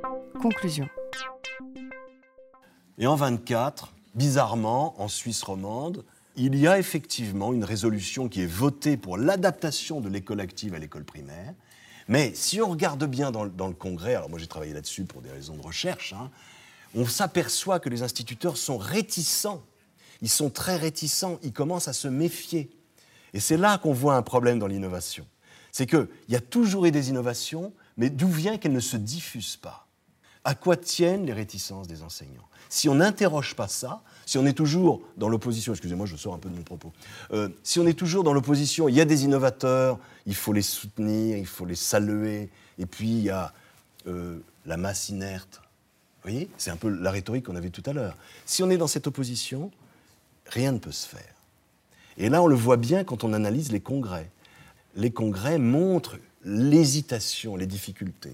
Conclusion. Et en 24, bizarrement, en Suisse romande, il y a effectivement une résolution qui est votée pour l'adaptation de l'école active à l'école primaire. Mais si on regarde bien dans le Congrès, alors moi j'ai travaillé là-dessus pour des raisons de recherche, on s'aperçoit que les instituteurs sont réticents. Ils sont très réticents, ils commencent à se méfier. Et c'est là qu'on voit un problème dans l'innovation. C'est qu'il y a toujours eu des innovations, mais d'où vient qu'elles ne se diffusent pas? À quoi tiennent les réticences des enseignants? Si on n'interroge pas ça, si on est toujours dans l'opposition, excusez-moi, je sors un peu de mon propos, si on est toujours dans l'opposition, il y a des innovateurs, il faut les soutenir, il faut les saluer, et puis il y a la masse inerte. Vous voyez? C'est un peu la rhétorique qu'on avait tout à l'heure. Si on est dans cette opposition, rien ne peut se faire. Et là, on le voit bien quand on analyse les congrès. Les congrès montrent l'hésitation, les difficultés.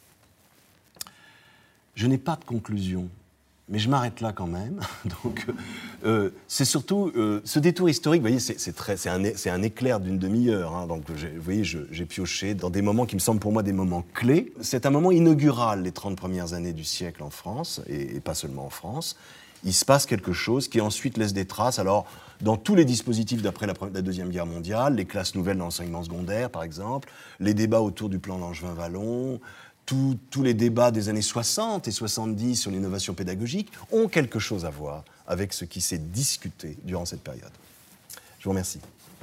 Je n'ai pas de conclusion, mais je m'arrête là quand même. Donc, c'est surtout ce détour historique. Vous voyez, c'est un éclair d'une demi-heure. Donc, vous voyez, j'ai pioché dans des moments qui me semblent pour moi des moments clés. C'est un moment inaugural, les 30 premières années du siècle en France, et pas seulement en France. Il se passe quelque chose qui ensuite laisse des traces. Alors, dans tous les dispositifs d'après la Deuxième Guerre mondiale, les classes nouvelles dans l'enseignement secondaire, par exemple, les débats autour du plan Langevin-Wallon, tous les débats des années 60 et 70 sur l'innovation pédagogique ont quelque chose à voir avec ce qui s'est discuté durant cette période. Je vous remercie.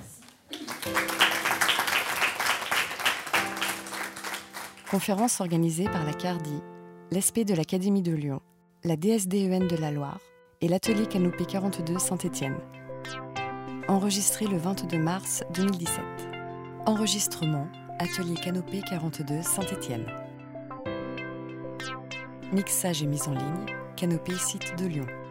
Conférence organisée par la CARDI, l'ESP de l'Académie de Lyon, la DSDEN de la Loire et l'Atelier Canopée 42 Saint-Étienne. Enregistré le 22 mars 2017. Enregistrement, Atelier Canopée 42 Saint-Étienne. Mixage et mise en ligne, Canopée Site de Lyon.